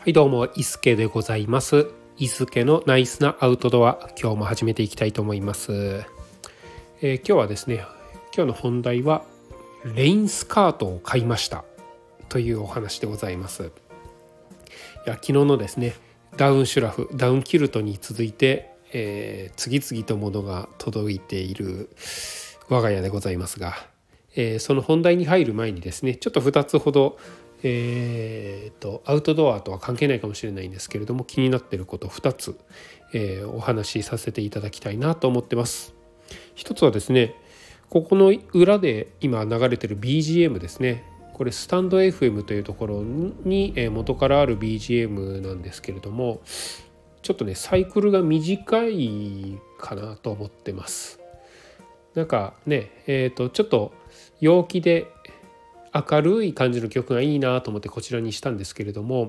はいどうも、伊助でございます。伊助のナイスなアウトドア、今日も始めていきたいと思います。今日はですね、今日の本題はレインスカートを買いましたというお話でございます。昨日のですね、ダウンシュラフ、ダウンキルトに続いて、次々と物が届いている我が家でございますが、その本題に入る前にですね、ちょっと2つほどアウトドアとは関係ないかもしれないんですけれども、気になっていること2つ、お話しさせていただきたいなと思ってます。一つはですね、ここの裏で今流れている BGM ですね。これスタンド FM というところに元からある BGM なんですけれども、ちょっとねサイクルが短いかなと思ってます。なんかね、ちょっと陽気で明るい感じの曲がいいなと思ってこちらにしたんですけれども、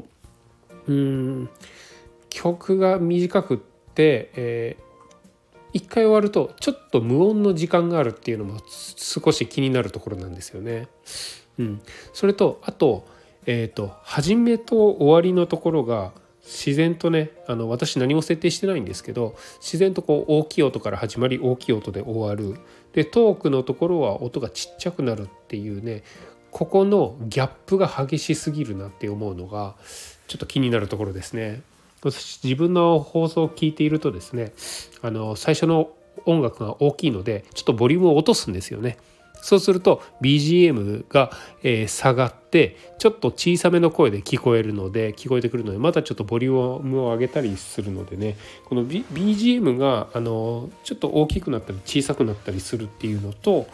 曲が短くって、一回終わるとちょっと無音の時間があるっていうのも少し気になるところなんですよね。それとあと、始めと終わりのところが自然とね、私何も設定してないんですけど、自然とこう大きい音から始まり大きい音で終わる。でトークのところは音がちっちゃくなるっていうね、ここのギャップが激しすぎるなって思うのがちょっと気になるところですね。私自分の放送を聞いているとですね、最初の音楽が大きいのでちょっとボリュームを落とすんですよね。そうすると BGM が下がってちょっと小さめの声で聞こえてくるので、またちょっとボリュームを上げたりするのでね、この BGM がちょっと大きくなったり小さくなったりするっていうのと、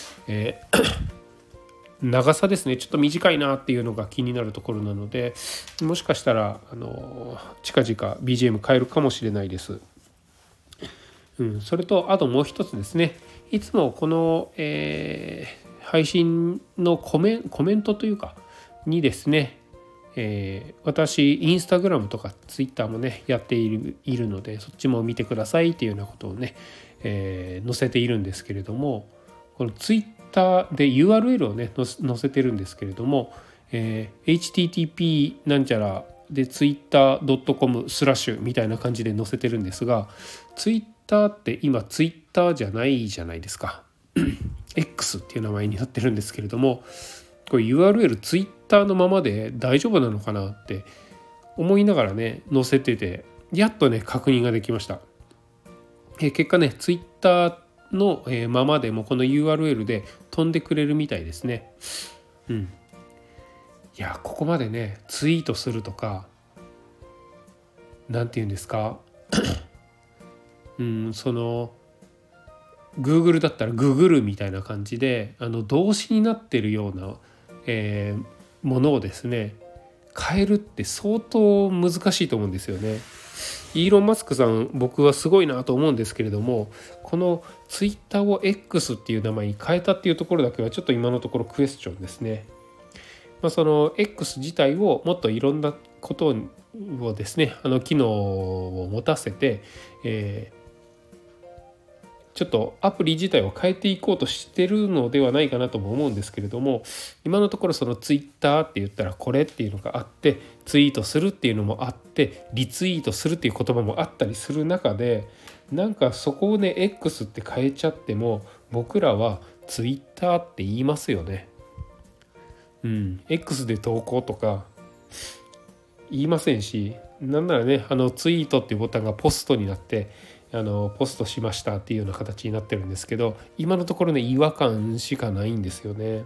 長さですね、ちょっと短いなっていうのが気になるところなので、もしかしたら近々 BGM 変えるかもしれないです。それとあともう一つですね、いつもこの、配信のコメントというかにですね、私インスタグラムとかツイッターもねやっているので、そっちも見てくださいっていうようなことをね、載せているんですけれども、このツイッターで URL をね載せてるんですけれども、http なんちゃらで twitter.com/ みたいな感じで載せてるんですが、ツイッターって今ツイッターじゃないじゃないですかX っていう名前になってるんですけれども、これ URL ツイッターのままで大丈夫なのかなって思いながらね載せてて、やっとね確認ができました。結果ねツイッターのままでもこの URL で飛んでくれるみたいですね。いやここまでねツイートするとか、なんて言うんですかその Google だったら Google みたいな感じで動詞になってるような、ものをですね変えるって相当難しいと思うんですよね。イーロン・マスクさん、僕はすごいなと思うんですけれども、このツイッターを X っていう名前に変えたっていうところだけはちょっと今のところクエスチョンですね。その X 自体をもっといろんなことをですね、機能を持たせて、ちょっとアプリ自体を変えていこうとしてるのではないかなとも思うんですけれども、今のところそのツイッターって言ったらこれっていうのがあって、ツイートするっていうのもあって、リツイートするっていう言葉もあったりする中で、なんかそこをね X って変えちゃっても僕らはツイッターって言いますよね。X で投稿とか言いませんし、なんならねツイートっていうボタンがポストになってポストしましたっていうような形になってるんですけど、今のところね違和感しかないんですよね。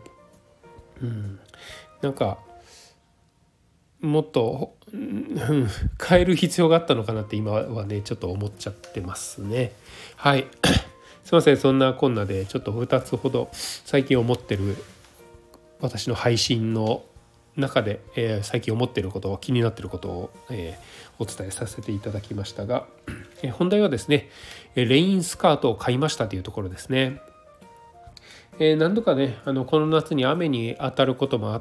なんかもっと、変える必要があったのかなって今はねちょっと思っちゃってますね。はいすいません、そんなこんなでちょっと2つほど最近思ってる私の配信の中で、最近思っていること気になっていることを、お伝えさせていただきましたが、本題はですねレインスカートを買いましたというところですね。何度かねこの夏に雨に当たることもあって、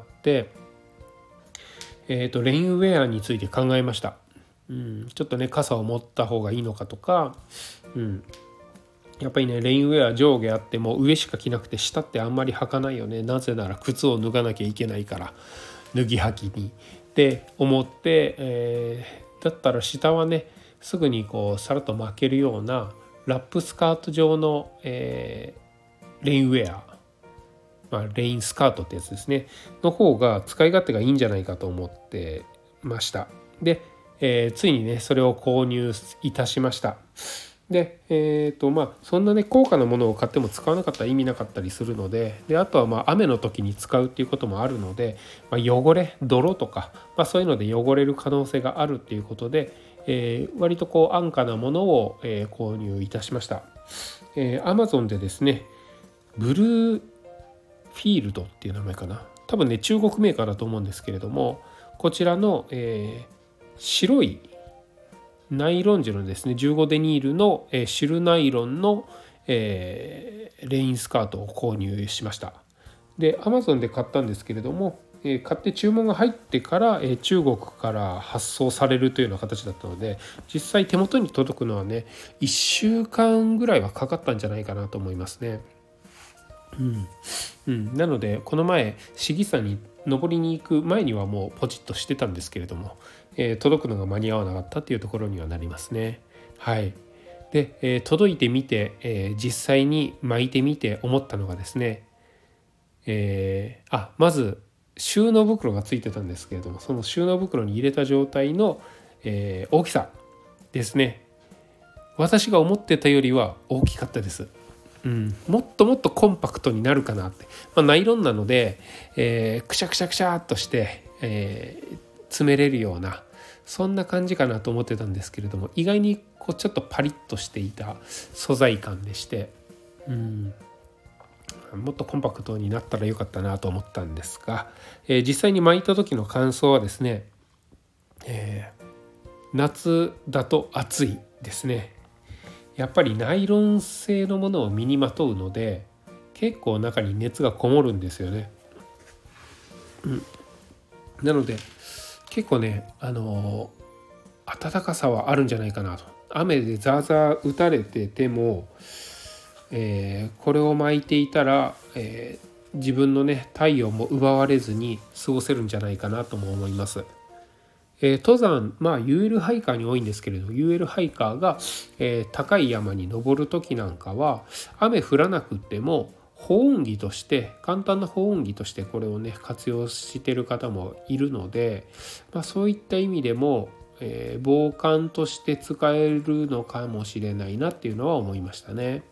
レインウェアについて考えました。ちょっとね傘を持った方がいいのかとか、やっぱりねレインウェア上下あっても上しか着なくて下ってあんまり履かないよね。なぜなら靴を脱がなきゃいけないから脱ぎ履きにって思って、だったら下はねすぐにこうさらっと巻けるようなラップスカート状の、レインウェア、レインスカートってやつですねの方が使い勝手がいいんじゃないかと思ってました。で、ついにねそれを購入いたしました。で、そんなね高価なものを買っても使わなかったら意味なかったりするので、あとは雨の時に使うっていうこともあるので、汚れ泥とか、そういうので汚れる可能性があるっていうことで、割とこう安価なものを、購入いたしました。Amazon でですねブルーフィールドっていう名前かな、多分ね中国メーカーだと思うんですけれども、こちらの、白いナイロン地のですね15デニールの、シルナイロンの、レインスカートを購入しました。で Amazon で買ったんですけれども、買って注文が入ってから、中国から発送されるというような形だったので、実際手元に届くのはね1週間ぐらいはかかったんじゃないかなと思いますね。なのでこの前市議山に登りに行く前にはもうポチッとしてたんですけれども、届くのが間に合わなかったっていうところにはなりますね。はい。で、届いてみて、実際に巻いてみて思ったのがですね、まず収納袋がついてたんですけれども、その収納袋に入れた状態の、大きさですね。私が思ってたよりは大きかったです。もっともっとコンパクトになるかなって、ナイロンなので、くしゃくしゃくしゃっとして、詰めれるようなそんな感じかなと思ってたんですけれども、意外にこうちょっとパリッとしていた素材感でして、もっとコンパクトになったらよかったなと思ったんですが、実際に巻いた時の感想はですね、夏だと暑いですね。やっぱりナイロン製のものを身にまとうので結構中に熱がこもるんですよね。なので結構ね暖かさはあるんじゃないかなと。雨でザーザー打たれてても、これを巻いていたら、自分のね体温も奪われずに過ごせるんじゃないかなとも思います。登山UL ハイカーに多いんですけれど UL ハイカーが、高い山に登る時なんかは雨降らなくっても保温着として簡単な保温着としてこれをね活用している方もいるので、そういった意味でも、防寒として使えるのかもしれないなっていうのは思いましたね。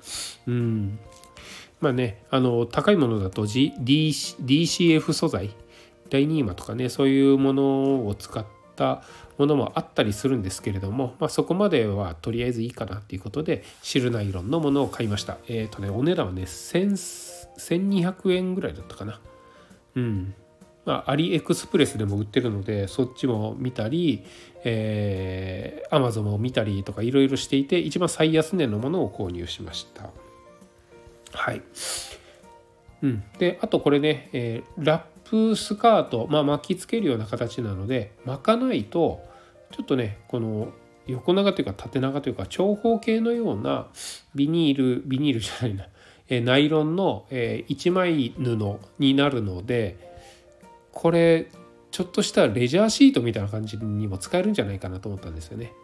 高いものだと、DCF 素材ダイニーマとかねそういうものを使ったものもあったりするんですけれども、そこまではとりあえずいいかなっていうことでシルナイロンのものを買いました。お値段はね1200円ぐらいだったかな。アリエクスプレスでも売ってるのでそっちも見たり、Amazon も見たりとかいろいろしていて、一番最安値のものを購入しました。はい。であとこれね、ラップスカート、巻きつけるような形なので巻かないとちょっとねこの横長というか縦長というか長方形のようなビニールじゃないな、ナイロンの一枚布になるので、これちょっとしたレジャーシートみたいな感じにも使えるんじゃないかなと思ったんですよね。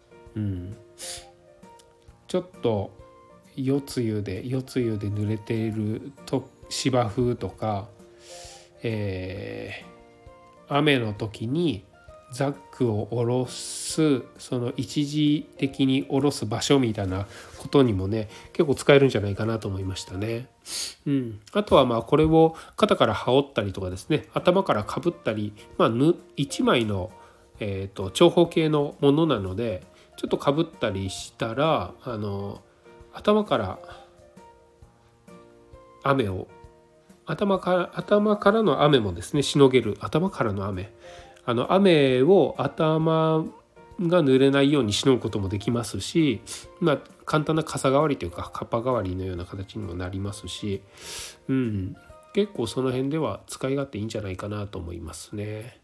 ちょっと夜露で濡れていると芝生とか、雨の時にザックを下ろすその一時的に下ろす場所みたいなことにもね結構使えるんじゃないかなと思いましたね。あとはこれを肩から羽織ったりとかですね、頭からかぶったり、1枚の、長方形のものなのでちょっとかぶったりしたら頭からの雨もですねしのげる。頭からの雨を頭が濡れないようにしのぐこともできますし、簡単な傘代わりというかカッパ代わりのような形にもなりますし、結構その辺では使い勝手いいんじゃないかなと思いますね。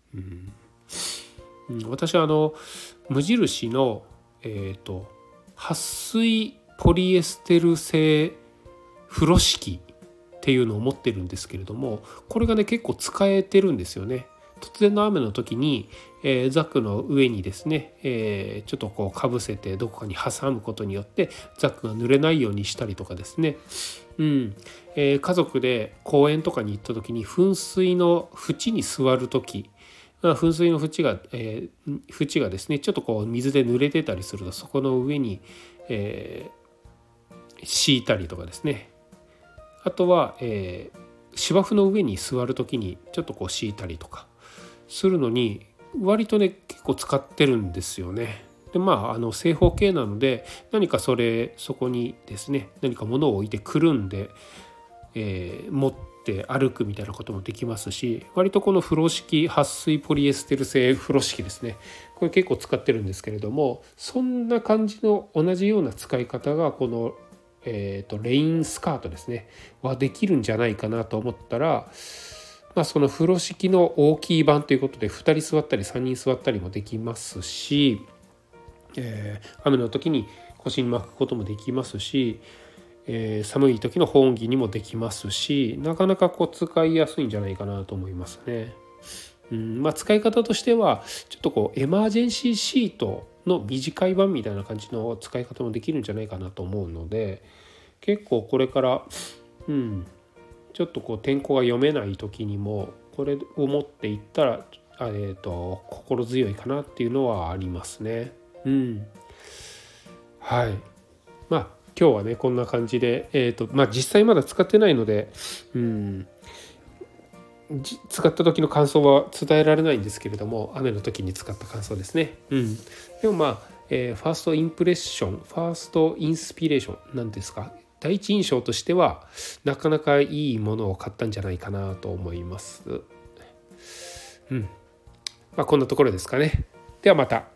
私は無印の撥水ポリエステル製風呂敷っていうのを持ってるんですけれども、これがね結構使えてるんですよね。 突然の雨の時に、ザックの上にですね、ちょっとこうかぶせてどこかに挟むことによってザックが濡れないようにしたりとかですね、家族で公園とかに行った時に噴水の縁に座る時、噴水の縁がですねちょっとこう水で濡れてたりするとそこの上に、敷いたりとかですね、あとは、芝生の上に座る時にちょっとこう敷いたりとかするのに割とね結構使ってるんですよね。で正方形なので何かそこにですね何か物を置いてくるんで、持って歩くみたいなこともできますし、割とこの風呂敷撥水ポリエステル製風呂敷ですね、これ結構使ってるんですけれども、そんな感じの同じような使い方がこのレインスカートですねはできるんじゃないかなと思ったら、その風呂敷の大きい版ということで2人座ったり3人座ったりもできますし、雨の時に腰に巻くこともできますし、寒い時の保温着にもできますし、なかなかこう使いやすいんじゃないかなと思いますね。使い方としてはちょっとこうエマージェンシーシートの短い版みたいな感じの使い方もできるんじゃないかなと思うので、結構これから、ちょっとこう天候が読めない時にもこれを持っていったら、心強いかなっていうのはありますね。はい。今日はねこんな感じで、実際まだ使ってないので、使った時の感想は伝えられないんですけれども、雨の時に使った感想ですね。でもファーストインプレッション、ファーストインスピレーションなんですか、第一印象としてはなかなかいいものを買ったんじゃないかなと思います。こんなところですかね。ではまた。